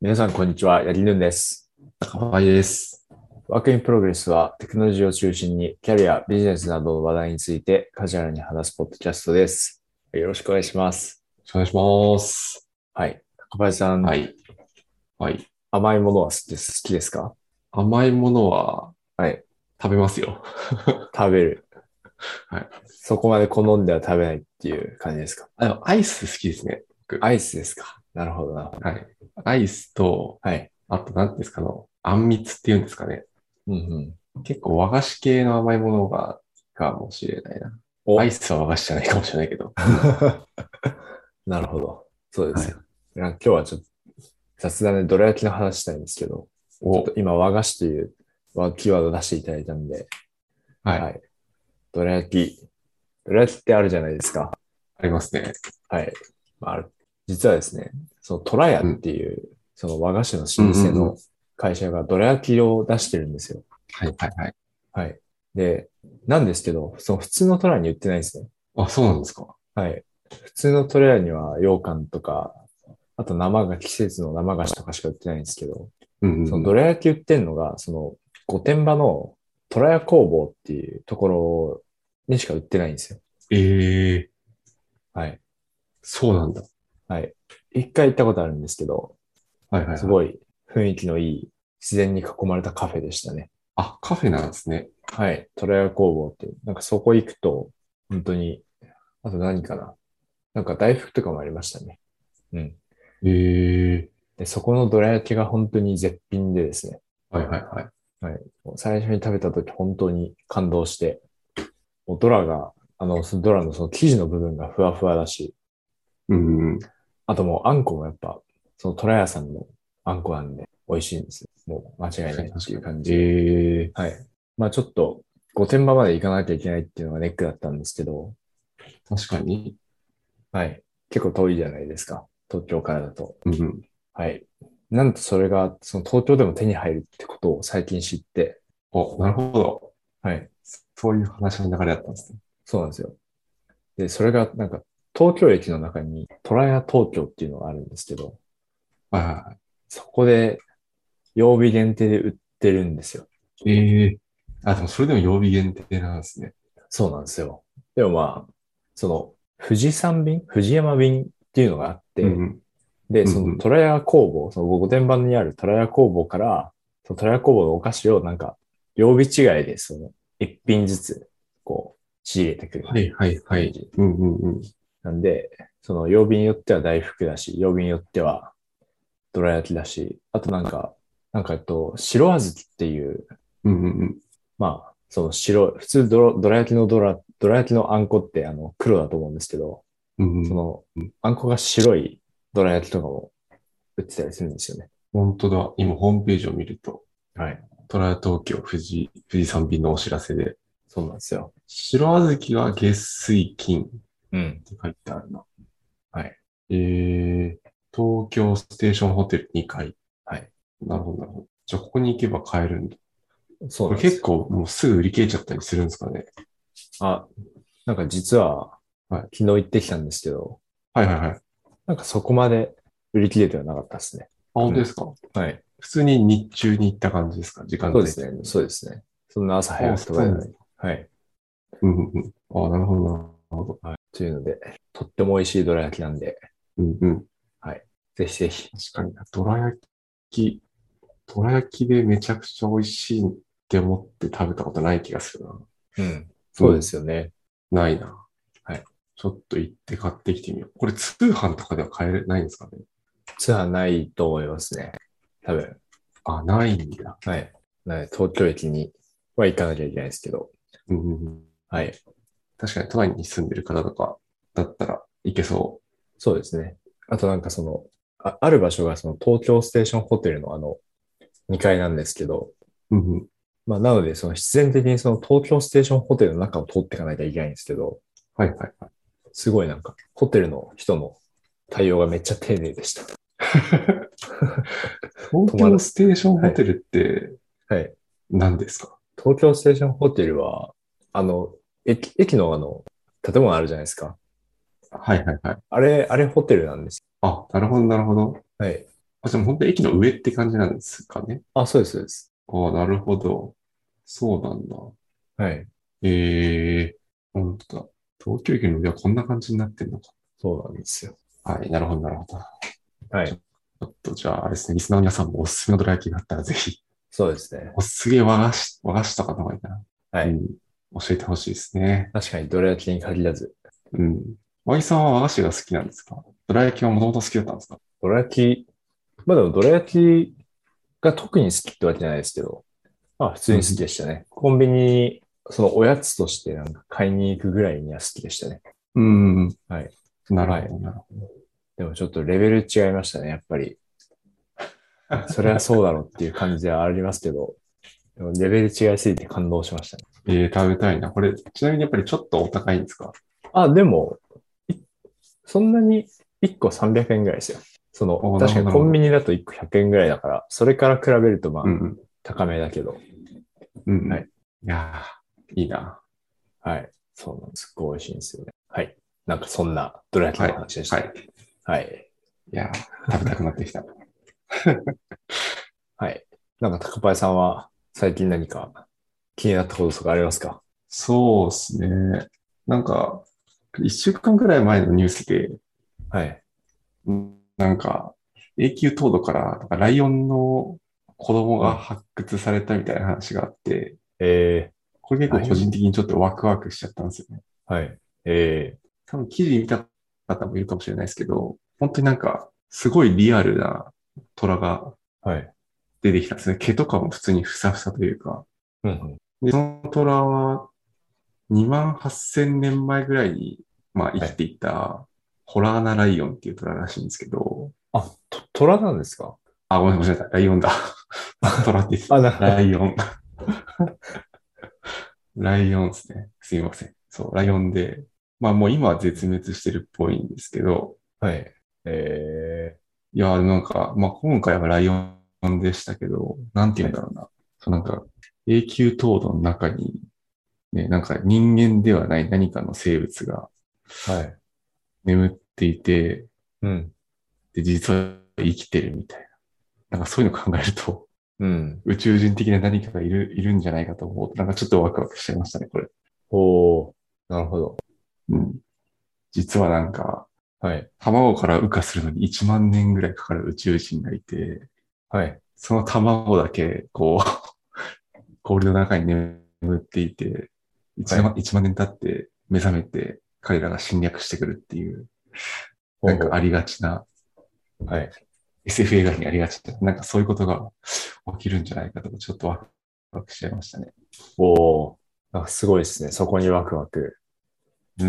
皆さん、こんにちは。やりぬんです。 かわいいです。 ワークインプログレスはテクノロジーを中心にキャリア、ビジネスなどの話題についてカジュアルに話すポッドキャストです。よろしくお願いします。 お願いします。 はい。高林さん、 はい。はい。 甘いものは好きですか？ 甘いものははい。 食べますよ。 食べる。 はい。 そこまで好んでは食べないっていう感じですか？ でもアイス好きですね。僕。 アイスですか？なるほど、なるほど。 はい。アイスと、 はい。 あと何ですかあんみつっていうんですかね。 うんうん。 結構和菓子系の甘いものがいいかもしれないな。アイお。 スは和菓子じゃないかもしれないけど。うん。 なるほど。そうですよ。 はい。 今日はちょっと雑談でどら焼きの話したいんですけど、ちょっとお、 今和菓子というキーワードを出していただいたんで、 はい。 はい。どら焼き。どら焼きってあるじゃないですか。 ありますね。 はい。まあ、実はですね、そのトラヤっうん。 ていう、その和菓子のうん老舗のうんうん。 会社がどら焼きを出してるんですよ。 はいはいはい。 はい。で、なんですけど、その普通のトラヤに売ってないんですね。 あ、そうなんですか。 はい。普通のトラヤには羊羹とか、あと季節の生菓子とかしか売ってないんですけど、 うんうんうん。 そのどら焼き売ってんのが、その御殿場のトラヤ工房っていうところにしか売ってないんですよ。 ええー、 はい。 そうなんだ。 はい。一回行ったことあるんですけど、 はいはいはい。 すごい雰囲気のいい自然に囲まれたカフェでしたね。 あ、カフェなんですね。 はい。トラヤ工房っていう、なんかそこ行くと、本当に、あと何かな。なんか大福とかもありましたね。うん。 ええ、 で、そこのどら焼きが本当に絶品でですね。 はいはいはい。 はい。最初に食べた時本当に感動して、もうドラが、そのドラのその生地の部分がふわふわだし、 うん。 あともうあんこもやっぱ、そのトラヤさんのあんこなんで美味しいんですよ。もう間違い確かないっていうに確かに。 感じで。 ええ、 はい。まあちょっと、御殿場まで行かなきゃいけないっていうのがネックだったんですけど、 確かに。 はい。結構遠いじゃないですか。東京からだと。 うん。 はい。なんとそれが、その東京でも手に入るってことを最近知って、 お、なるほど。 はい。 そういう話の流れだったんですね。 そうなんですよ。で、それがなんか、東京駅の中にトラヤ東京っていうのがあるんですけど、 はいはいはそこで曜日限定で売ってるんですよ。 い。ええ、あ、でもそれでも曜日限定なんですね。 そうなんですよ。でもまあ、その、富士山便っていうのがあって、 うんうん。 で、そのうんうん。 虎屋工房、その御殿場にある虎屋工房から、その虎屋工房のお菓子をなんか、曜日違いで、その、一品ずつ、こう、仕入れてくるはいはいはい。 感じ。 うんうんうん。 なんで、その曜日によっては大福だし、曜日によってはどら焼きだし、あと白小豆っていう、 うんうんうん。 まあ、その普通どら焼きのどら焼きのあんこって黒だと思うんですけど、 うんうんその、 うん。 あんこが白いどら焼きとかも売ってたりするんですよね。 本当だ。今ホームページを見ると、 はい。 トラヤ東京富士山便のお知らせで、 そうなんですよ。 白小豆は月水金っうん。 て書いてあるな。 はい。 東京ステーションホテル2階。 はい。 なるほど、なるほど。じゃあ、ここに行けば買えるんだ。これそうなんですよ。 結構もうすぐ売り切れちゃったりするんですかね。 あ、なんか実は、 はい。 昨日行ってきたんですけど、 はいはいはい。あ、 なんかそこまで売り切れてはなかったですね。うん。 本当ですか？ はい。 普通に日中に行った感じですか？時間そうですね。 帯的に。 そうですね。そんな朝早ああ、 くとかじゃない。 そうなんですか。 はい。 うんうんうん。ああ、なるほど、なるほど。 はい。というので、とっても美味しいどら焼きなんで、 うんうん。 はい。ぜひぜひ。 確かにな。き、どら焼きでめちゃくちゃ美味しいって思って食べたことない気がするな。 うん。そうでうん。 すよね。 ないな。 はい。 ちょっと行って買ってきてみよう。これ通販とかでは買えないんですかね？ ツアーないと思いますね。多分。 あ、ないんだ。 はい。なので東京駅には行かなきゃいけないですけど。 うんうんうん。 はい。 確かに都内に住んでる方とかだったらいけそそうですね。あとなんかその、ある場所がその東京ステーションホテルの2階なんですけど、 う。うんうん。 まあなのでその必然的にその東京ステーションホテルの中を通っていかなきゃいけないんですけど、 はいはいはい。 すごいなんかホテルの人の対応がめっちゃ丁寧でした。 東泊まる。 京ステーションはい。 ホテルってはい。 何ですか？ 東京ステーションホテルは、駅の建物あるじゃないですか。 はいはいはい。 あれホテルなんです。 あ、なるほどなるほど。 はい。 あ、じゃあ本当に駅の上って感じなんですかね。 あ、そうです、そうです。 ああ、なるほど。そうなんだ。 はい。 ええ、本当だ。東京駅の上はこんな感じになってるのか。 そうなんですよ。 はい、なるほど、なるほど。ちょはい。 っと、じゃあ、あれですね、リスナーの皆さんもおすすめのどら焼きがあったらぜひ、 そうですね。 すげえ和菓子とかの方がいいかな。 はい。 うん、教えてほしいですね。 確かに、どら焼きに限らず。 うん。和井さんは和菓子が好きなんですか？どら焼きはもともと好きだったんですか？ どら焼き、まあでも、どら焼きが特に好きってわけじゃないですけど、まあ、普通に好きうん。 でしたね。コンビニに、そのおやつとしてなんか買いに行くぐらいには好きでしたね。 うん。 はい。はい。 なるほど、なるほど。 でもちょっとレベル違いましたね、やっぱり。まあ、それはそうだろうっていう感じではありますけど、でもレベル違いすぎて感動しましたね。 食べたいな。これ、ちなみにやっぱりちょっとお高いんですか？ あ、でも、いそんなに1個300円ぐらいですよ。その、 おー、なるほど、 確かにコンビなるほど。 ニだと1個100円ぐらいだから、それから比べるとまあ、 うんうん。 高めだけど、 うんうん。 はい。 いやー、いいな。 はい。そうなんです。すっごい美味しいんですよね。はい。なんかそんなどら焼きのはい。 話でした。 はい。 はい。 いやー、食べたくなってきた。 はい。なんか高林さんは最近何か気になったこととかありますか？ そうですね。なんか、一週間くらい前のニュースで、 はい。 なんか、永久凍土から、なんかライオンの子供がはい。 発掘されたみたいな話があって、これ結構個ライオン。 人的にちょっとワクワクしちゃったんですよね。 はい。 多分記事見た方もいるかもしれないですけど、本当になんか、すごいリアルな虎がはい。 出てきたんですね。毛とかも普通にふさふさというか。 うんうん。 で、その虎は2万8000年前ぐらいに、まあ生はい。 きていたホラーナライオンっていう虎らしいんですけど、 あ、虎なんですか？ あ、ごめんなさい、ライオンだ。虎って言ってあ、 ライオン。ライオンですね。すいません。そう、ライオンで、まあもう今は絶滅してるっぽいんですけど、 はい。えいや、なんか、まあ今回はライオンでしたけど、なんてはい。 言うんだろうな。そうなんか、永久凍土の中に、ね、なんか人間ではない何かの生物がはい。 眠っていて、 うん。 で、実は生きてるみたいな。なんかそういうの考えると、 うん。 宇宙人的な何かがいるんじゃないかと思うと、なんかちょっとワクワクしちゃいましたね、これ。 おー。なるほど。 うん。実はなんか、 はい。 卵から羽化するのに1万年ぐらいかかる宇宙人がいて、 はい。 その卵だけ、こう、氷の中に眠っていて、 はい。 1万年経って目覚めて、彼らが侵略してくるっていう、 ほうほなんかありがちな、 う。はい。 SF 映画にありがちな、なんかそういうことが起きるんじゃないかとか、ちょっとワクワクしちゃいましたね。 おー。なんかすごいですね。そこにワクワク。 うん。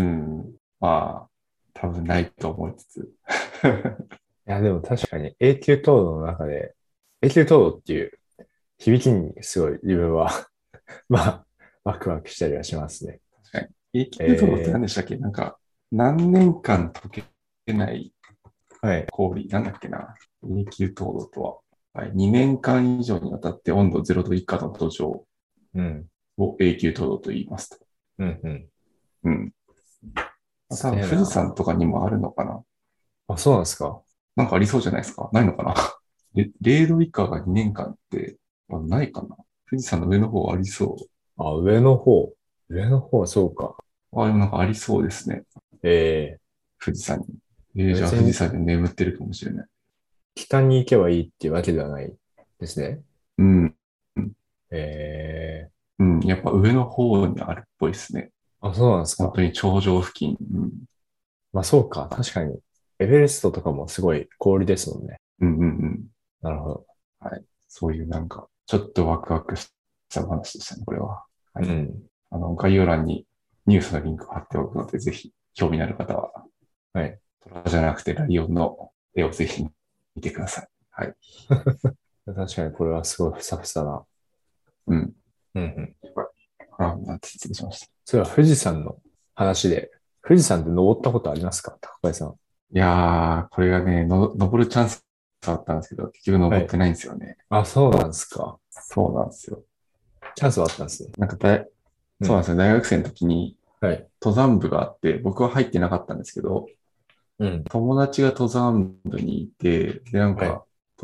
まあ、多分ないと思いつつ。 いや、でも確かに永久凍土の中で、永久凍土っていう響きにすごい自分はまあ、ワクワクしたりはしますね。 確かに。永久凍土って何えでしたっけ？なんか、何年間溶けないはい。 氷、なんだっけな。永久凍土とは。はい、2年間以上にわたって温度0度以下の土壌うん。 を永久凍土と言いますと。 うん、うん。 うん。多すげえ分富士山な。 とかにもあるのかな。 あ、そうなんですか？ なんかありそうじゃないですか？ないのかな？0度以下が2年間って、ないかな。富士山の上の方ありそあ、上の方。上の方、そうか。 う。あ、でもなんかありそうですね。 え富士山に。じゃあ別に富士山で眠ってるかもしれない。 北に行けばいいっていうわけではないですね。 うん。 えうん。やっぱ上の方にあるっぽいですね。 そうなんですか。 本当に頂上付近。うん。 まあそうか。確かに。エベレストとかもすごい氷ですもんね。 うんうんうん。 なるほど。 はい。そういうなんか、ちょっとワクワクした話でしたね、これは。はい。 うん。 概要欄にニュースのリンクを貼っておくので、ぜひ興味のある方は、 はい。 虎じゃなくてライオンの絵をぜひ見てください。はい。 確かにこれはすごいふさふさな。 うん。 うんうん。 なんて失礼しました。 それは富士山の話で、富士山って登ったことありますか、高橋さん？ いやー、これがね、登るチャンスだったんですけど、結局はい。 登ってないんですよね。 あ、そうなんですか。 そうなんですよ。 チャンスはあったんですね。 なんかうん。 そうなんですよ。大学生の時にはい。 登山部があって、僕は入ってなかったんですけど、 うん。 友達が登山部にいて、で、なんはい。 か、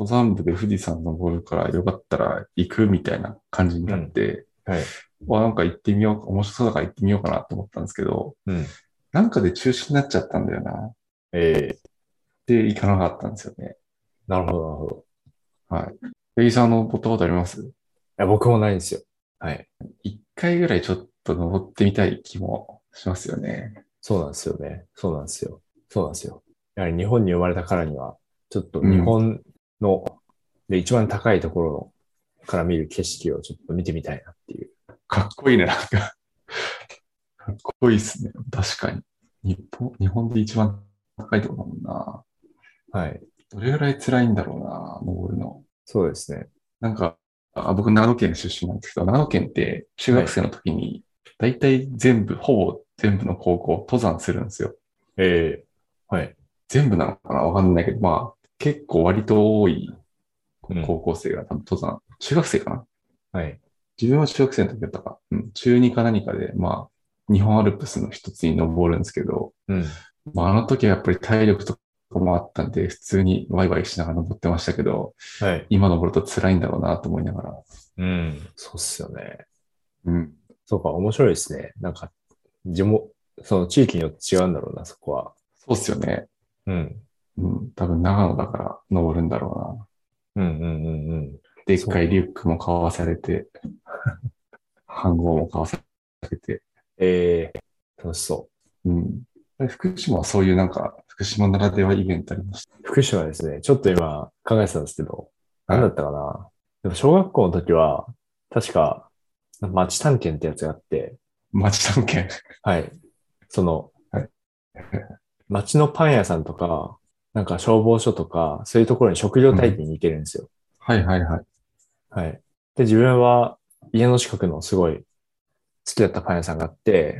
登山部で富士山登るからよかったら行くみたいな感じになって、 はい。 なんか行ってみよう、面白そうだから行ってみようかなと思ったんですけど、 うん。 なんかで中止になっちゃったんだよな。 ええ、 で、行かなかったんですよね。 なるほど、なるほど。 はい。エイさん登ったことあります？ いや、僕もないんですよ。はい。 一回ぐらいちょっと登ってみたい気もしますよね。 そうなんですよね。そうなんですよ。そうなんですよ。やはり日本に生まれたからには、ちょっと日うん。 本の、で、一番高いところのから見る景色をちょっと見てみたいなっていう。 かっこいいね、なんか。かっこいいっすね。確かに。日本で一番高いところだもんな。 はい。 どれぐらい辛いんだろうな、登るの。 そうですね。 なんか、僕長野県出身なんですけど、長野県って中はい。 学生の時に、だいたいほぼ全部の高校登山するんですよ。 ええ、はい。 全部なのかなわかんないけど、まあ、結構割と多いうん。 高校生が多分登山、中学生かな。 はい。 自分は中学生の時だったか、中2か何かで、まあ、日本アルプスの一つに登るんですけど、 うん。 まあ、あの時はやっぱり体力とかもあったんで、普通にワイワイしながら登ってましたけど、 はい。 今登ると辛いんだろうなと思いながら。 うん。そうっすよね。 うん。 そうか、面白いですね。なんか、地元、その地域によって違うんだろうな、そこは。 そうっすよね。 うん。 うん。多分長野だから登るんだろうな。 うんうんうんうん。 でっかいそうか。 リュックも買わされて、飯盒も買わされて。 ええ、楽しそう。 うん。福島はそういうなんか、福島ならではイベントありまし福島ですね。ちょっと今考えてたんですけど、 た？はい。 なんだったかな。でも小学校の時は、確か、町探検ってやつがあって、 町探検。 はい。その、 はい。 町のパン屋さんとか、なんか消防署とか、そういうところに食料うん。 体験に行けるんですよ。 はいはいはい。 はい。で、自分は家の近くのすごい好きだったパン屋さんがあって、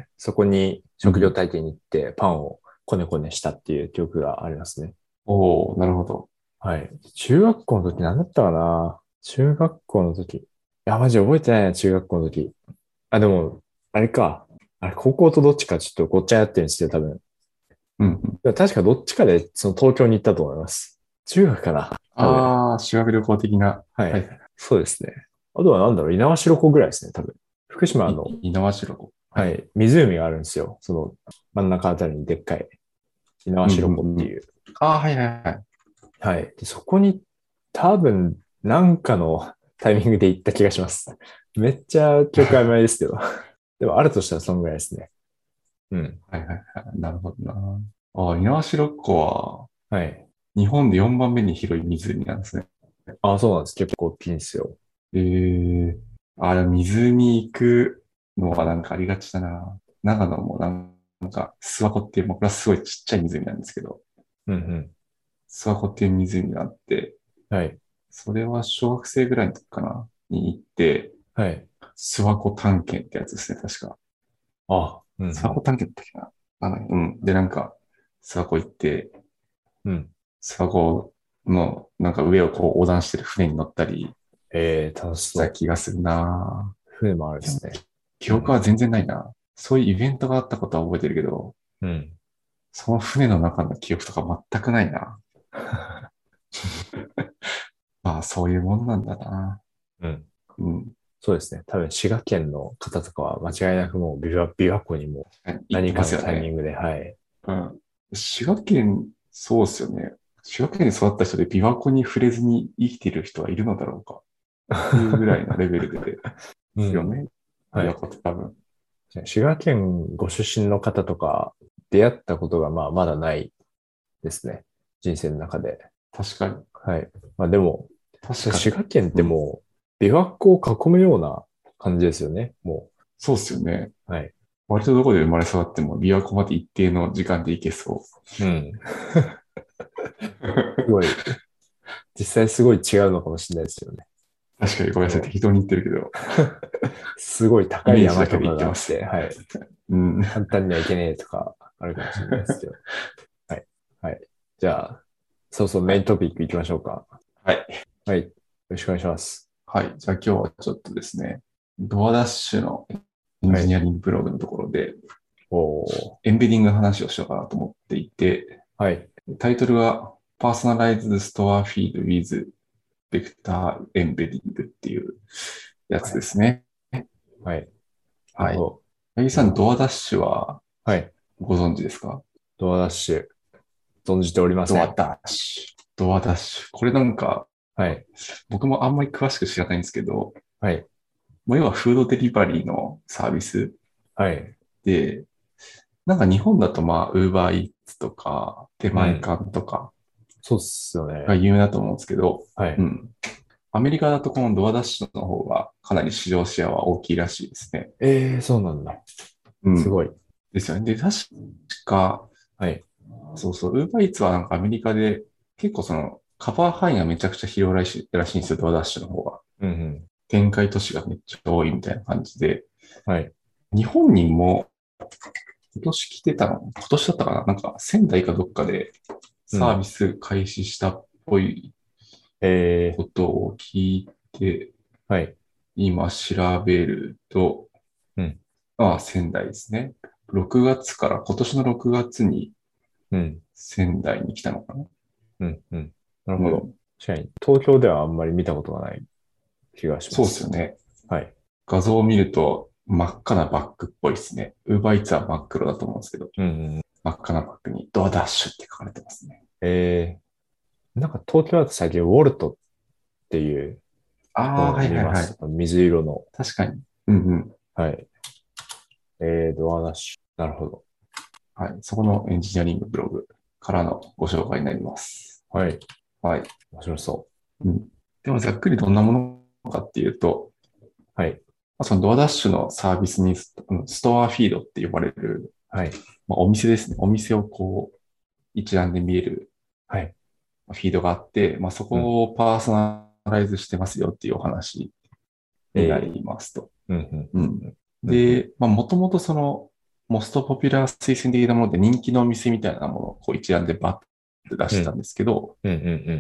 そこに食料うん。 体験に行ってパンをこねこねしたっていう記憶がありますね。 おー、なるほど。 はい。中学校の時何だったかな。中学校の時。いや、マジ覚えてないな、中学校の時。あ、でも、あれか。あれ、高校とどっちかちょっとごっちゃになってるんですよ、多分。 うん。 でも確かどっちかで、その東京に行ったと思います。中学かな、多分。 ああ、修学旅行的な。 はい。 はい。 そうですね。あとはなんだろう、猪苗代湖ぐらいですね、多分。福島の、 猪苗代湖。はい。 はい、湖があるんですよ。その真ん中あたりにでっかい猪苗うん代うんうん。 湖っていう。 ああ、はいはいはい。 はい。で、そこに多分なんかのタイミングで行った気がします。めっちゃ記憶曖昧ですけど。でもあるとしたらそんぐらいですね。うん。 はいはいはい。なるほどな。ああ、猪苗代湖は、 はい。 日本で4番目に広い湖なんですね。 あ、そうなんです。結構大きいんですよ。 ええ、でも湖行くのはなんかありがちだな。長野もなんか、諏訪湖っていう、もうこれはすごいちっちゃい湖なんですけど、 うんうん。 諏訪湖っていう湖があって、 はい。 それは小学生ぐらいの時かな、に行って、 はい。 諏訪湖探検ってやつですね、確か。 あ、うんうん。 諏訪湖探検だったっけな。うん。で、なんか、諏訪湖行って、 うん。 諏訪湖のなんか上をこう横断してる船に乗ったり楽ししたそう。 気がするな。 船もあるででも、 すね。 記うん。 憶は全然ないな。そういうイベントがあったことは覚えてるけど、 うん。 その船の中の記憶とか全くないな。まあ、そういうもんなんだな。 うん。 うん。 そうですね。多分、滋賀県の方とかは間違いなくもう琵琶湖にも行ってま何かのすよね。 タイミングで、はい。 うん。滋賀県、そうっすよね。滋賀県に育った人で琵琶湖に触れずに生きている人はいるのだろうかっていうぐらいのレベルでうん。 すよね。琵琶はい。 湖って多分。 滋賀県ご出身の方とか出会ったことがまあまだないですね。人生の中で。 確かに。 はい。まあでも、 確かに。 滋賀県ってうん。 もう琵琶湖を囲むような感じですよね。もそうっすよね。 う。はい。 割とどこで生まれ育っても琵琶湖まで一定の時間で行けそうん。 う。 すごい、実際すごい違うのかもしれないですよね。 確かにごめんなさい。 その、 適当に言ってるけど、 すごい高いイメージだけ山とかで言ってます。 があって、はい。 うん。 簡単には行けねえとかあるかもしれないですけど。はい。はい。じゃあ、そうそうメインはい。 トピック行きましょうか。 はい。 はい。よろしくお願いします。 はい。じゃあ今日はちょっとですね、ドアダッシュのエンはい。 ジニアリングプログのところで、 おー。 エンベディングの話をしようかなと思っていて、 はい。 タイトルは Personalized Store Feed with ベクターエンベディングっていうやつはい。 ですね。 はい。なるはい。 ほど。 八木さん、 いやー、 ドアダッシュははい。 ご存知ですか？ ドアダッシュ、存じておりませドアん。 ダッシュ。ドアダッシュ。これなんか、 はい。 僕もあんまり詳しく知らないんですけど、 はい。 もう要はフードデリバリーのサービスはい。 で、なんか日本だとまあ、ウーバーイーツとか、出前うん。 館とかそうっすよね。 が有名だと思うんですけど、 はい。 うん。アメリカだとこのドアダッシュの方がかなり市場シェアは大きいらしいですね。 そうなんだ。 うん。 すごい。 ですよね。で、確か、 はい。 そうそう、ウーバーイーツはなんかアメリカで結構そのカバー範囲がめちゃくちゃ広いらしいんですよ、ドアダッシュの方が。 うんうん。 展開都市がめっちゃ多いみたいな感じで。 はい。 日本にも今年来てたの、今年だったかな、なんか仙台かどっかでうん。 サービス開始したっぽいえことを聞いて、 はい。 今調べると、 うん。 ああ、仙台ですね。6月から、今年の6月にうん。 仙台に来たのかな。 うん。うん。なるほど。 うん。 確かに、東京ではあんまり見たことがない気がしまそうですよす。 ね。 はい。 画像を見ると真っ赤なバッグっぽいですね。ウーバーイーツは真っ黒だと思うんですけど、 うんうんうん。 真っ赤なバッグにドアダッシュって書かれてますね。 なんか東京だと最近、ウォルトっていうああ、 のをはいはいはい。 見ます。水色の。 確かに。うんうん。 はい。ドアダッシュ。なるほど。 はい。そこのエンジニアリングブログからのご紹介になります。 はい。 はい。 面白そうん。でもざっくりどんなものかっていうと、 う。はい。 そのドアダッシュのサービスにストアフィードって呼ばれる、 はい。 まあ、お店ですね。お店をこう一覧で見えるはい。 フィードがあって、まあ、そうん。 こをパーソナライズしてますよっていうお話になえりますと。 うん、 うん。 うん、うん、うん、 で、まあ、もともとその、モストポピュラー推薦的なもので人気のお店みたいなものをこう一覧でバッと出うん、 したんですけど、 うん、うん、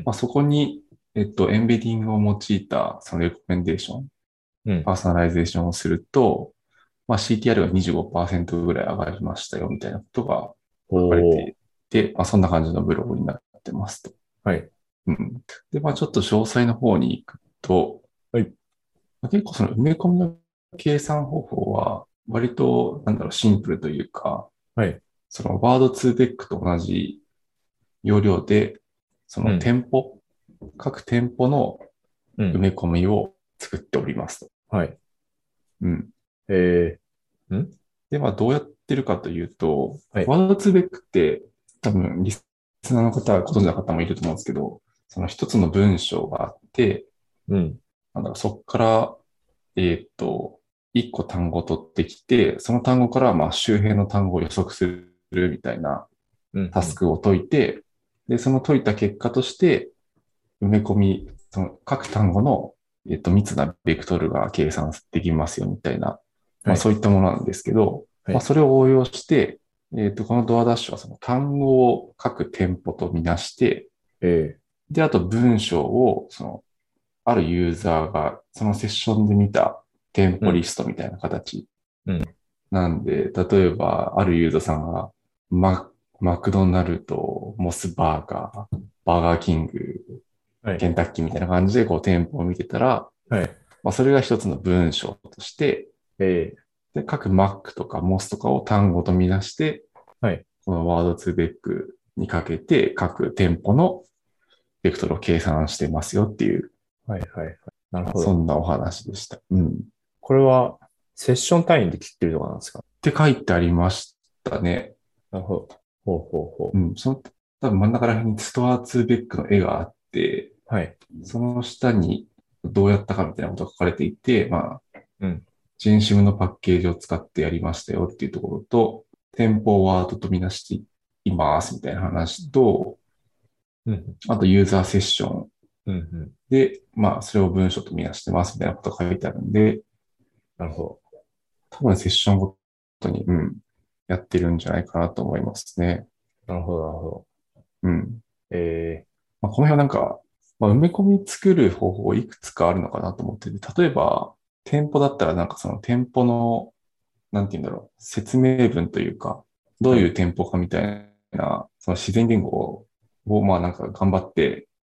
まあ、そこに、エンベディングを用いたそのレコメンデーション、 うん。 パーソナライゼーションをすると、まあ、CTR が25%ぐらい上がりましたよみたいなことが書かれておー。 いて、まあ、そんな感じのブログになってますと。 はい。 うん。で、まあちょっと詳細の方に行くと、 はい。 まあ結構その埋め込みの計算方法は割と、なんだろう、シンプルというか、 はい。 そのワード 2ベックと同じ要領で、そのうん。 各店舗のうん。 埋め込みを作っておりますと。 はい。 うん。 えんで、まあどうやってるかというと、 はい。 ワード 2ベックって多分リスナーの方、ご存知の方もいると思うんですけど、その一つの文章があって、 うん。 なんだろう、そこから、一個単語を取ってきて、その単語からまあ周辺の単語を予測するみたいなうん。うん。 タスクを解いて、で、その解いた結果として、埋め込み、その各単語の、密なベクトルが計算できますよみたいな、まはい。 あそういったものなんですけど、まあはい。 それを応用して、このドアダッシュはその単語を各店舗とみなして、 えで、あと文章を、あるユーザーがそのセッションで見た店舗リうん。 ストみたいな形うん。 なんで、例えば、あるユーザーさんがマクドナルド、モスバーガー、バーガーキング、 はい。 ケンタッキーみたいな感じでこう店舗を見てたら、 はい。 まあ、それが一つの文章として、 えで、各マックとかモスとかを単語とみなして、 はい。 このワードツーベックにかけて各店舗のベクトルを計算してますよっていう、 はい。はい。なるほど。 そんなお話でした。うん。 これは、セッション単位で切ってるとかなんですか？ って書いてありましたね。 なるほど。ほうほうほうん、多分真ん中ら辺にストア2ベックの絵があって、 う。はい。 その下にどうやったかみたいなことが書かれていて、まあ、 うん。 ジェンシムのパッケージを使ってやりましたよっていうところと、店舗ワードとみなしていますみたいな話と、 うん。 あとユーザーセッションうん。うん。 で、まあ、それを文章とみなしてますみたいなことが書いてあるんで、 なるほ多分セッションごとに、やってるんじゃないかなと思いますね。 ど。なるほど。なるほど。 うん。 えまあ、この辺はなんか、まあ、埋め込み作る方法いくつかあるのかなと思ってて、例えば、店舗だったらなんかその店舗の、なんて言うんだろう、説明文というか、どういうはい。 店舗かみたいな、その自然言語を、まあなんか頑張って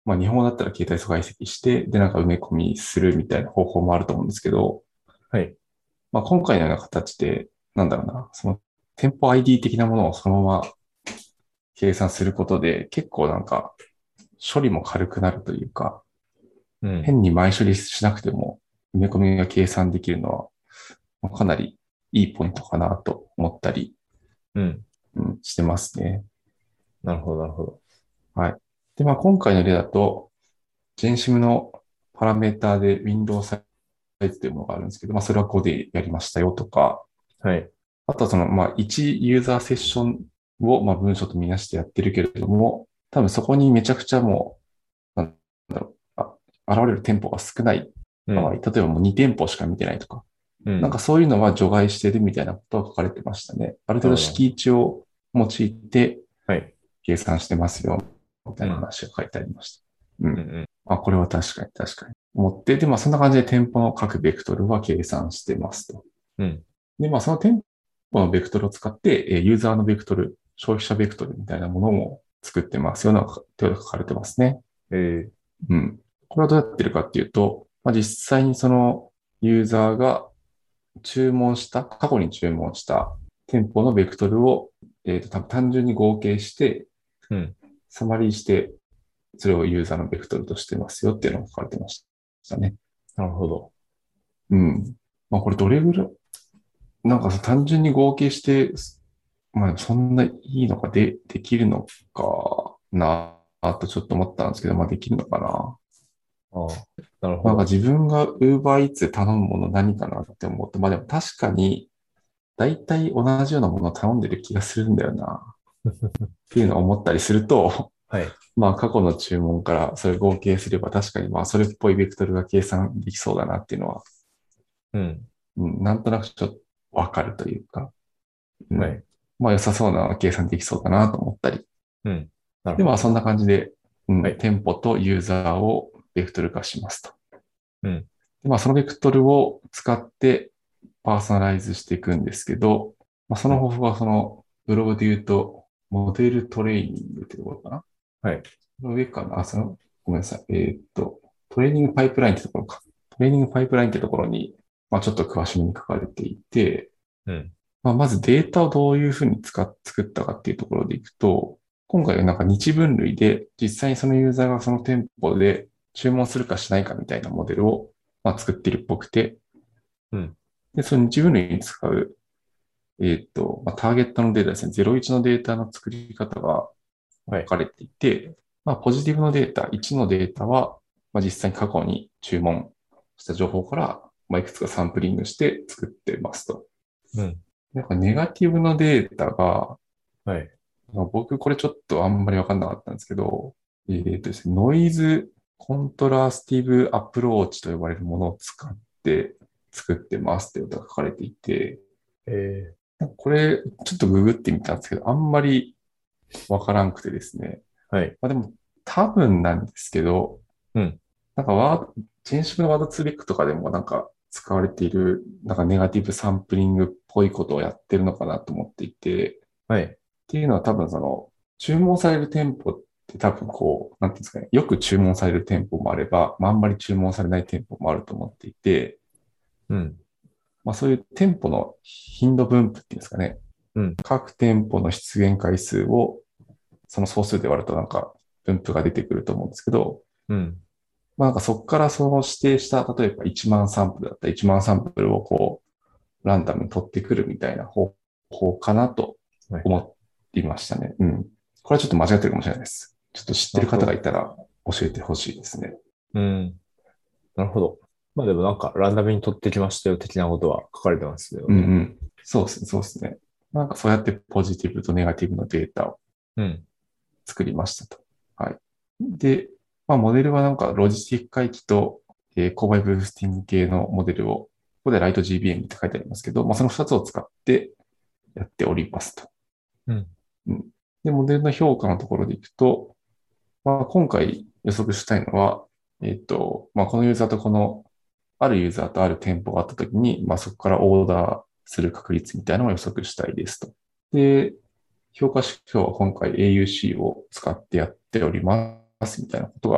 まあ日本語だったら携帯素解析して、でなんか埋め込みするみたいな方法もあると思うんですけど、 はい。 まあ今回のような形で、なんだろうな、その店舗 ID 的なものをそのまま計算することで、結構なんか処理も軽くなるというか、 うん。 変に前処理しなくても埋め込みが計算できるのは、まあかなりいいポイントかなと思ったり、 うん。 してますね。 なるほど、なるほど。 はい。で、まあ今回の例だと、ジェンシムのパラメーターで Windows サイズというものがあるんですけど、まあそれは5でやりましたよとか、 はい。 あとはその、まあ1ユーザーセッションをまあ文章とみなしてやってるけれども、多分そこにめちゃくちゃもう、なんだろう、現れる店舗が少ない場合、 うん。 例えばもう2店舗しか見てないとか、なんかうん。 そういうのは除外してるみたいなことが書かれてましたね。ある程度なるほど。 敷地を用いてはい。 計算してますよ、みたいなうん。 話が書いてありました。うん。 うん。 あ、これは確かに確かに。思って、で、まあそんな感じで店舗の各ベクトルは計算してますと。 うん。 で、まあその店舗のベクトルを使って、ユーザーのベクトル、消費者ベクトルみたいなものも作ってますよ、なんか手を書かれてますね。 えうん。これはどうやってるかっていうと、まあ実際にそのユーザーが過去に注文した店舗のベクトルを、単純に合計して、 うん。 サマリーして、それをユーザーのベクトルとしてますよっていうのが書かれてましたね。 なるほど。 うん。まあこれどれぐらい、なんか単純に合計して、まあそんないいのかできるのかなとちょっと思ったんですけど、まあできるのかな。 ああ、なるほなんかど。 自分が Uber Eats で頼むもの何かなって思って、まあでも確かに大体同じようなものを頼んでる気がするんだよなっていうのを思ったりすると、 はい。 まあ過去の注文からそれ合計すれば確かにまあそれっぽいベクトルが計算できそうだなっていうのは、 うん。 なんとなくちょっとわかるというか、うん。 はい。 まあ良さそうな計算できそうだなと思ったり。 うん。なるほど。 でまあそんな感じで、 はい。 店舗とユーザーをベクトル化しますと。 うん。 でまあそのベクトルを使ってパーソナライズしていくんですけど、まあ、そうん。 の方法はそのブログで言うと、モデルトレーニングってところかな。 はい。 その上かな。ごめんなさい。トレーニングパイプラインってところか。トレーニングパイプラインってところに、まあちょっと詳しめに書かれていて、 うん。 まあまずデータをどういうふうに作ったかっていうところでいくと、今回はなんか日分類で実際にそのユーザーがその店舗で注文するかしないかみたいなモデルをまあ作っているっぽくて、 うん。 で、その日分類に使うまあ、ターゲットのデータですね。01のデータの作り方がはい。 書かれていて、まあ、ポジティブのデータ、1のデータは、まあ、実際に過去に注文した情報から、まあ、いくつかサンプリングして作ってますと。 うん。 なんかネガティブのデータが、 はい。 まあ僕これちょっとあんまりわかんなかったんですけど、ですね、ノイズコントラスティブアプローチと呼ばれるものを使って作ってますっていうことが書かれていて、 えこれちょっとググってみたんですけど、あんまりわからんくてですね。 はい。 まあでも多分なんですけど、 うん。 なんか前職のワードツービックとかでもなんか使われている、なんかネガティブサンプリングっぽいことをやってるのかなと思っていて、っはい。 ていうのは多分その、注文される店舗って多分こう、なんていうんですかね、よく注文される店舗もあれば、まああんまり注文されない店舗もあると思っていて、 うん。 まあそういう店舗の頻度分布っていうんですかね、 うん。 各店舗の出現回数をその総数で割るとなんか分布が出てくると思うんですけど、 うん。 まあなんかそこからその指定した、例えば1万サンプルだったら1万サンプルをこう、ランダムに取ってくるみたいな方法かなとはい。 思っていましたね。うん。これはちょっと間違ってるかもしれないです。ちょっと知ってる方がなるほど。 いたら教えてほしいですね。 うん。なるほど。まあでもなんか、ランダムに取ってきましたよ、的なことは書かれてますよね。 うんうん。そうですね、そうですね。なんかそうやってポジティブとネガティブのデータをうん。 作りましたと。はい。で、まあ、モデルはなんかロジスティック回帰と、購買ブースティング系のモデルを、ここでライト GBM って書いてありますけど、まあ、その2つを使ってやっておりますと。 うん。 うん、で、モデルの評価のところでいくと、まあ、今回予測したいのは、まあ、このユーザーとあるユーザーとある店舗があったときに、まあ、そこからオーダーする確率みたいなのを予測したいですと。で、評価指標は今回 AUC を使ってやっておりますみたいなことが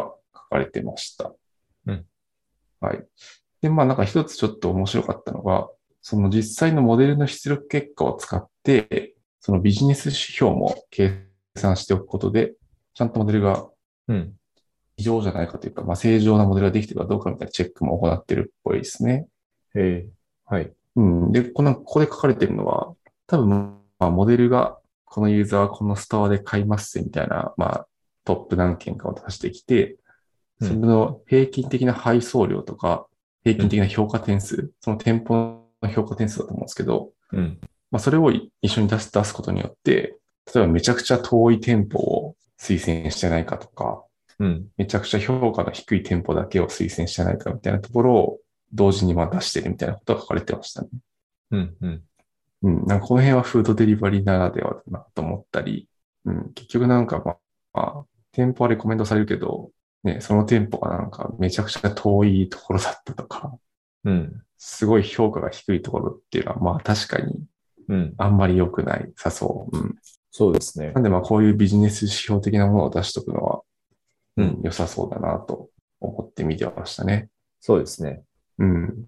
書かれてました。 うん。 はい。で、まあなんか一つちょっと面白かったのが、その実際のモデルの出力結果を使って、そのビジネス指標も計算しておくことで、ちゃんとモデルがうん。 異常じゃないかというか、まあ正常なモデルができているかどうかみたいなチェックも行ってるっぽいですね。 はい。 うん。で、ここで書かれてるのは、多分、まあ、モデルが、このユーザーはこのストアで買いますみたいな、まあ、トップ何件かを出してきて、それうん。 の平均的な配送量とか、平うん。 均的な評価点数、その店舗の評価点数だと思うんですけど、 うん。 まあ、それを一緒に出すことによって、例えばめちゃくちゃ遠い店舗を推薦してないかとか、 うん。 めちゃくちゃ評価の低い店舗だけを推薦してないかみたいなところを同時にまあ出してるみたいなことが書かれてましたね。 うん。うん。 うん、なんかこの辺はフードデリバリーならではだなと思ったり、うん、結局なんか店舗はレコメンドされるけど、ね、その店舗がなんかめちゃくちゃ遠いところだったとか、 うん。 すごい評価が低いところっていうのは、まあ確かにうん。 あんまり良くないさそう。うん。 そうですね。 なんでまあこういうビジネス指標的なものを出しとくのは、 うん。 良さそうだなと思って見てましたね。 そうですね。 うん。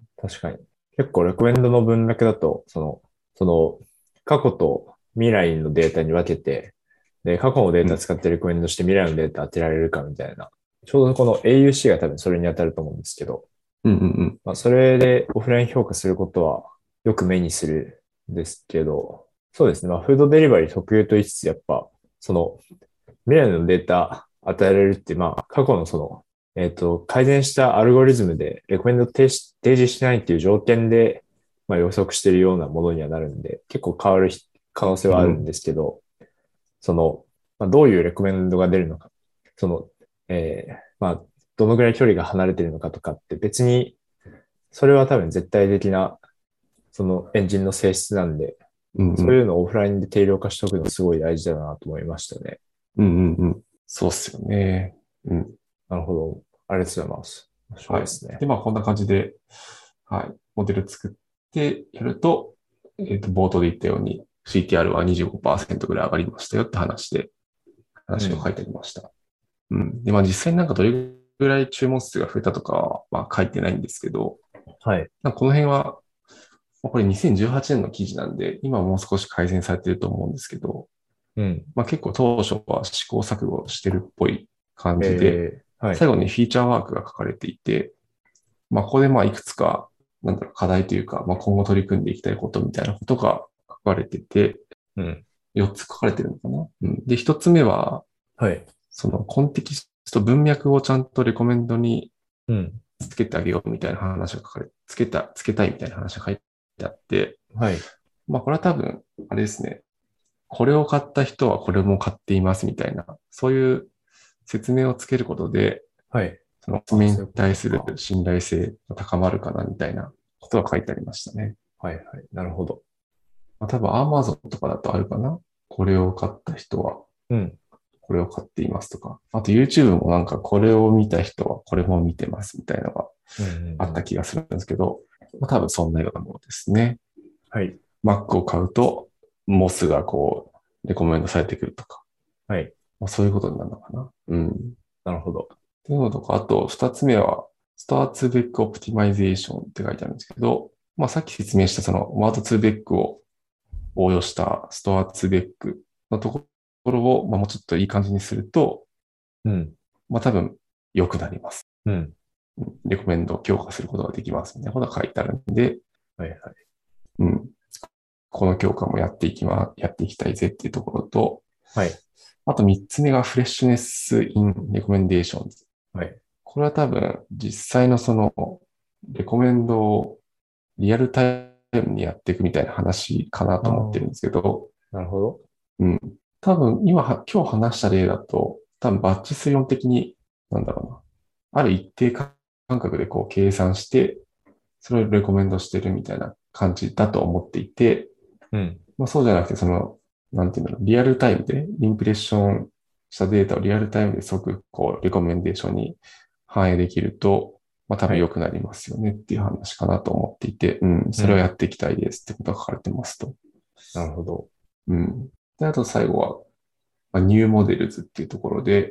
確かに。結構レコメンドの文脈だと、その、過去と未来のデータに分けて、で、過去のデータうん。 使ってレコメンドして未来のデータ当てられるかみたいな。ちょうどこの AUC が多分それに当たると思うんですけど、 うんうんうん。 まあ、それでオフライン評価することはよく目にするんですけど、そうですね。まあ、フードデリバリー特有と言いつつ、やっぱ、その、未来のデータ与えられるって、まあ、過去の改善したアルゴリズムでレコメンド提示してないっていう条件で、まあ、予測しているようなものにはなるんで、結構変わる可能性はあるんうん。 ですけど、まあ、どういうレコメンドが出るのか、その、まあ、どのぐらい距離が離れているのかとかって別に、それは多分絶対的な、そのエンジンの性質なんで、 うんうん。 そういうのをオフラインで定量化しておくのすごい大事だなと思いましたね。 うんうんうん。そうっすよね。うん。 なるほど。ありがとうございます。面白いはい。 ですね。 で、まあ、こんな感じで、はい。モデル作ってやると、冒頭で言ったように CTR は25%ぐらい上がりましたよって話を書うん。 いてありました。うん。で、まあ、実際になんかどれぐらい注文数が増えたとかは、まあ、書いてないんですけど、 はい。 なんかこの辺は、まあこれ2018年の記事なんで、今はもう少し改善されてると思うんですけど、 うん。 まあ、結構当初は試行錯誤してるっぽい感じで、 はい。 最後にフィーチャーワークが書かれていて、まあ、ここでまあ、いくつか、なんだろう、課題というか、まあ、今後取り組んでいきたいことみたいなことが書かれてて、 うん。 4つ書かれてるのかな。うん。で、1つ目は、 はい。 そのコンテキスト文脈をちゃんとレコメンドにうん。 つけてあげようみたいな話が書かれ、つけたいみたいな話が書いてあって、 はい。 まあ、これは多分、あれですね。これを買った人はこれも買っていますみたいな、そういう説明をつけることで、 はい。 そのあ、 爪にそういうこ対するとか。 信頼性が高まるかなみたいなことが書いてありましたね。 はい。はい。なるほど。 まあ、多分 Amazon とかだとあるかな。これを買った人はうん。 これを買っていますとか。あと YouTube もなんかこれを見た人はこれも見てますみたいなのがうん。うんあうん。 った気がするんですけど、まあ、多分そんなようなものですね。 はい。 Mac を買うと MOS がこう、レコメンドされてくるとか。 はい。 まあ、そういうことになるのかな。うん。 なるほど。 っていうのとか、あと、二つ目は、スターツベックオプティマイゼーションって書いてあるんですけど、まあ、さっき説明したそのワードツーベックを応用したストアツーベックのところを、まあ、もうちょっといい感じにすると、 うん。 まあ、多分良くなります。 うん。 レコメンドを強化することができますみたいなことが書いてあるんで、 はい。はい。 うん。この強化もやっていきたいぜっていうところと、 はい。 あと三つ目がフレッシュネスインレコメンデーション。 はい。 これは多分実際のそのレコメンドをリアルタイムにやっていくみたいな話かなあと思ってるんあ、 ですけど、 なるほど。 うん。多分今日話した例だと、多分バッチ数論的に、なんだろうな。ある一定間隔でこう計算して、それをレコメンドしてるみたいな感じだと思っていて、 うん。 まあそうじゃなくて、その、なんていうんだろう、リアルタイムでインプレッションしたデータをリアルタイムで即、こう、レコメンデーションに反映できると、まあ多はい。 分良くなりますよねっていう話かなと思っていて、うん、それをやうん。 っていきたいですってことが書かれてますと。 なるほど。 うん。で、あと最後は、まあ、ニューモデルズっていうところで、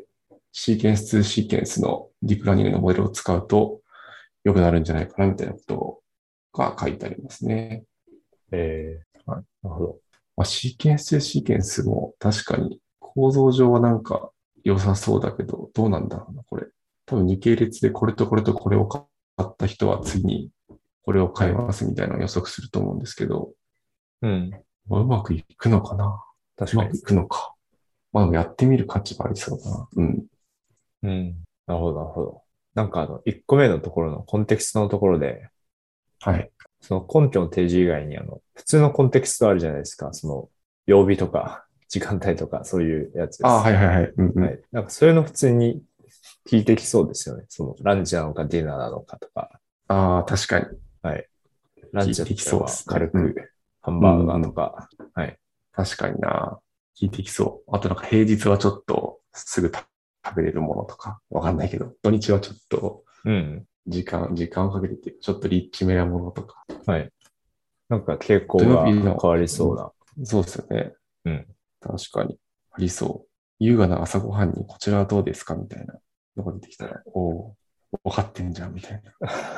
シーケンス2シーケンスのディープラーニングのモデルを使うと良くなるんじゃないかなみたいなことが書いてありますね。 なるほど。 まあ、シーケンス2シーケンスも確かに構造上はなんか良さそうだけど、どうなんだろうな、これ。多分2系列でこれとこれとこれを買った人は次にこれを買いますみたいなのを予測すると思うんですけど、 うん。 まあうまくいくのかな。 確かに。 うまくいくのか。まあ、でもやってみる価値がありそうだな。うん。 うん。なるほど、なるほど。なんか1個目のところのコンテキストのところで、 はい。 その根拠の提示以外に普通のコンテキストあるじゃないですか。その、曜日とか、時間帯とか、そういうやつでああ、 す。 はいはいはい。うんうん。 はい。なんかそういうの普通に聞いてきそうですよね。その、ランチなのかディナーなのかとか。 ああ、確かに。 はい。ランチだっ聞いてきたらまあそうですね。うん。 軽くハンうバーガーんうん。 とか。はい。 確かにな。聞いてきそう。あとなんか平日はちょっとすぐ食べれるものとか、わかんないけど、土日はちょっとうん。 時間をかけてっていうかちょっとリッチめなものとか。 はい。なんか傾向土曜日がの、 変わりそうな。 そうですよね。 うん。 確かに。ありそう。優雅な朝ごはんにこちらはどうですかみたいなのが出てきたら、おお、分かってんじゃん、みたい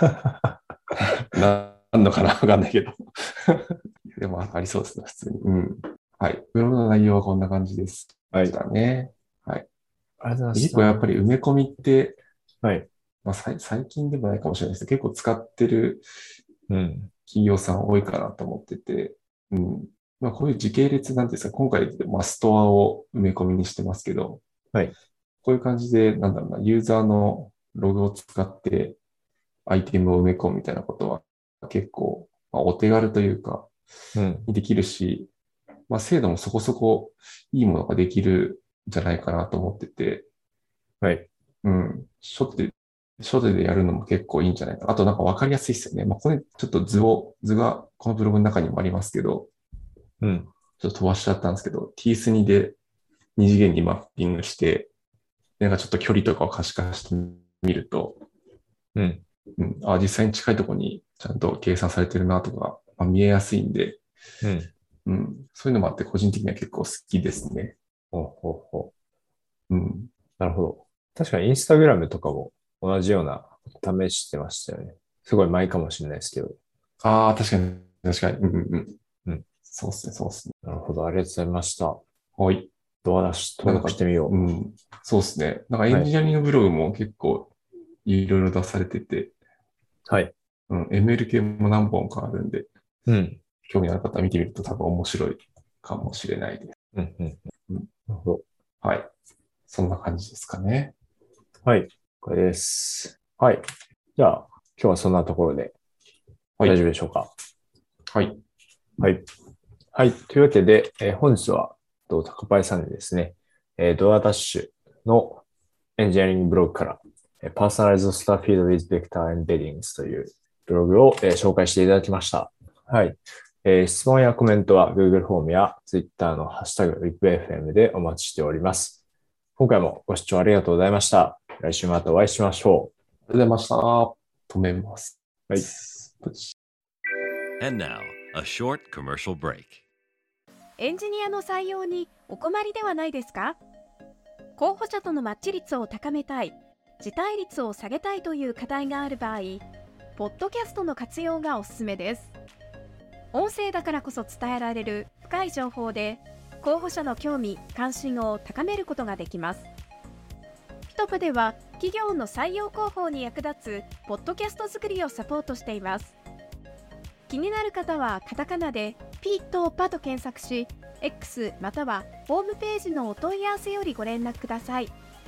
な。なんのかなわかんないけど。でもありそうですね、普通に。うん。はい。ブログの内容はこんな感じです。 はい。 したね。はい。 ありがとうございました。 結構やっぱり埋め込みって、 はい。 まあ、最近でもないかもしれないですけど、結構使ってるうん。 企業さん多いかなと思ってて、うん。まあ、こういう時系列なんていうんですか、今回、まあ、ストアを埋め込みにしてますけど、 はい。 こういう感じで、なんだろうな、ユーザーのログを使ってアイテムを埋め込むみたいなことは結構、まあ、お手軽というか、 うん。 できるし、まあ、精度もそこそこいいものができるんじゃないかなと思ってて、 はい。 うん。初手でやるのも結構いいんじゃないかな。あとなんかわかりやすいですよね。まあ、これちょっと図がこのブログの中にもありますけど、 うん。 ちょっと飛ばしちゃったんですけど、T2 で二次元にマッピングして、なんかちょっと距離とかを可視化してみると、 うん。 うん、実際に近いところにちゃんと計算されてるなとか、まあ、見えやすいんで、 うん。 うん、そういうのもあって個人的には結構好きですね。 ほうほうほうん。 う。なるほど。確かにインスタグラムとかも同じような試してましたよね。すごい前かもしれないですけど。 ああ、確かに、確かに。うんうんうん。 うん。 そうですね、そうですね。 なるほど。ありがとうございました。 はい。 ドアダッシュ登なんか、 録してみようん、そうですね。なんかエう。はい。 ンジニアリングブログも結構いろいろ出されてて、 はい。 うん、ML 系も何本かあるんで、 うん。 興味ある方は見てみると多分面白いかもしれないです。 うん。うん。 うん、 なるほど。 はい。そんな感じですかね。 はい。これです。はい。じゃあ、今日はそんなところで大丈夫はい。 でしょうか。 はい。 はい。はい。というわけで、本日は、高パイさんにですね、ドアダッシュのエンジニアリングブログから、Personalized Starfield with Vector Embeddings というブログを、紹介していただきました。はい。質問やコメントは Google フォームや Twitter のハッシュタグ WIPFM でお待ちしております。今回もご視聴ありがとうございました。来週またお会いしましょありがとうございました。止めます。 う。はい。 And now, a short commercial break. エンジニアの採用にお困りではないですか？候補者とのマッチ率を高めたい、辞退率を下げたいという課題がある場合、ポッドキャストの活用がおすすめです。音声だからこそ伝えられる深い情報で、候補者の興味・関心を高めることができます。ピトプでは企業の採用広報に役立つポッドキャスト作りをサポートしています。気になる方はカタカナでピットパと検索し、X またはホームページのお問い合わせよりご連絡ください。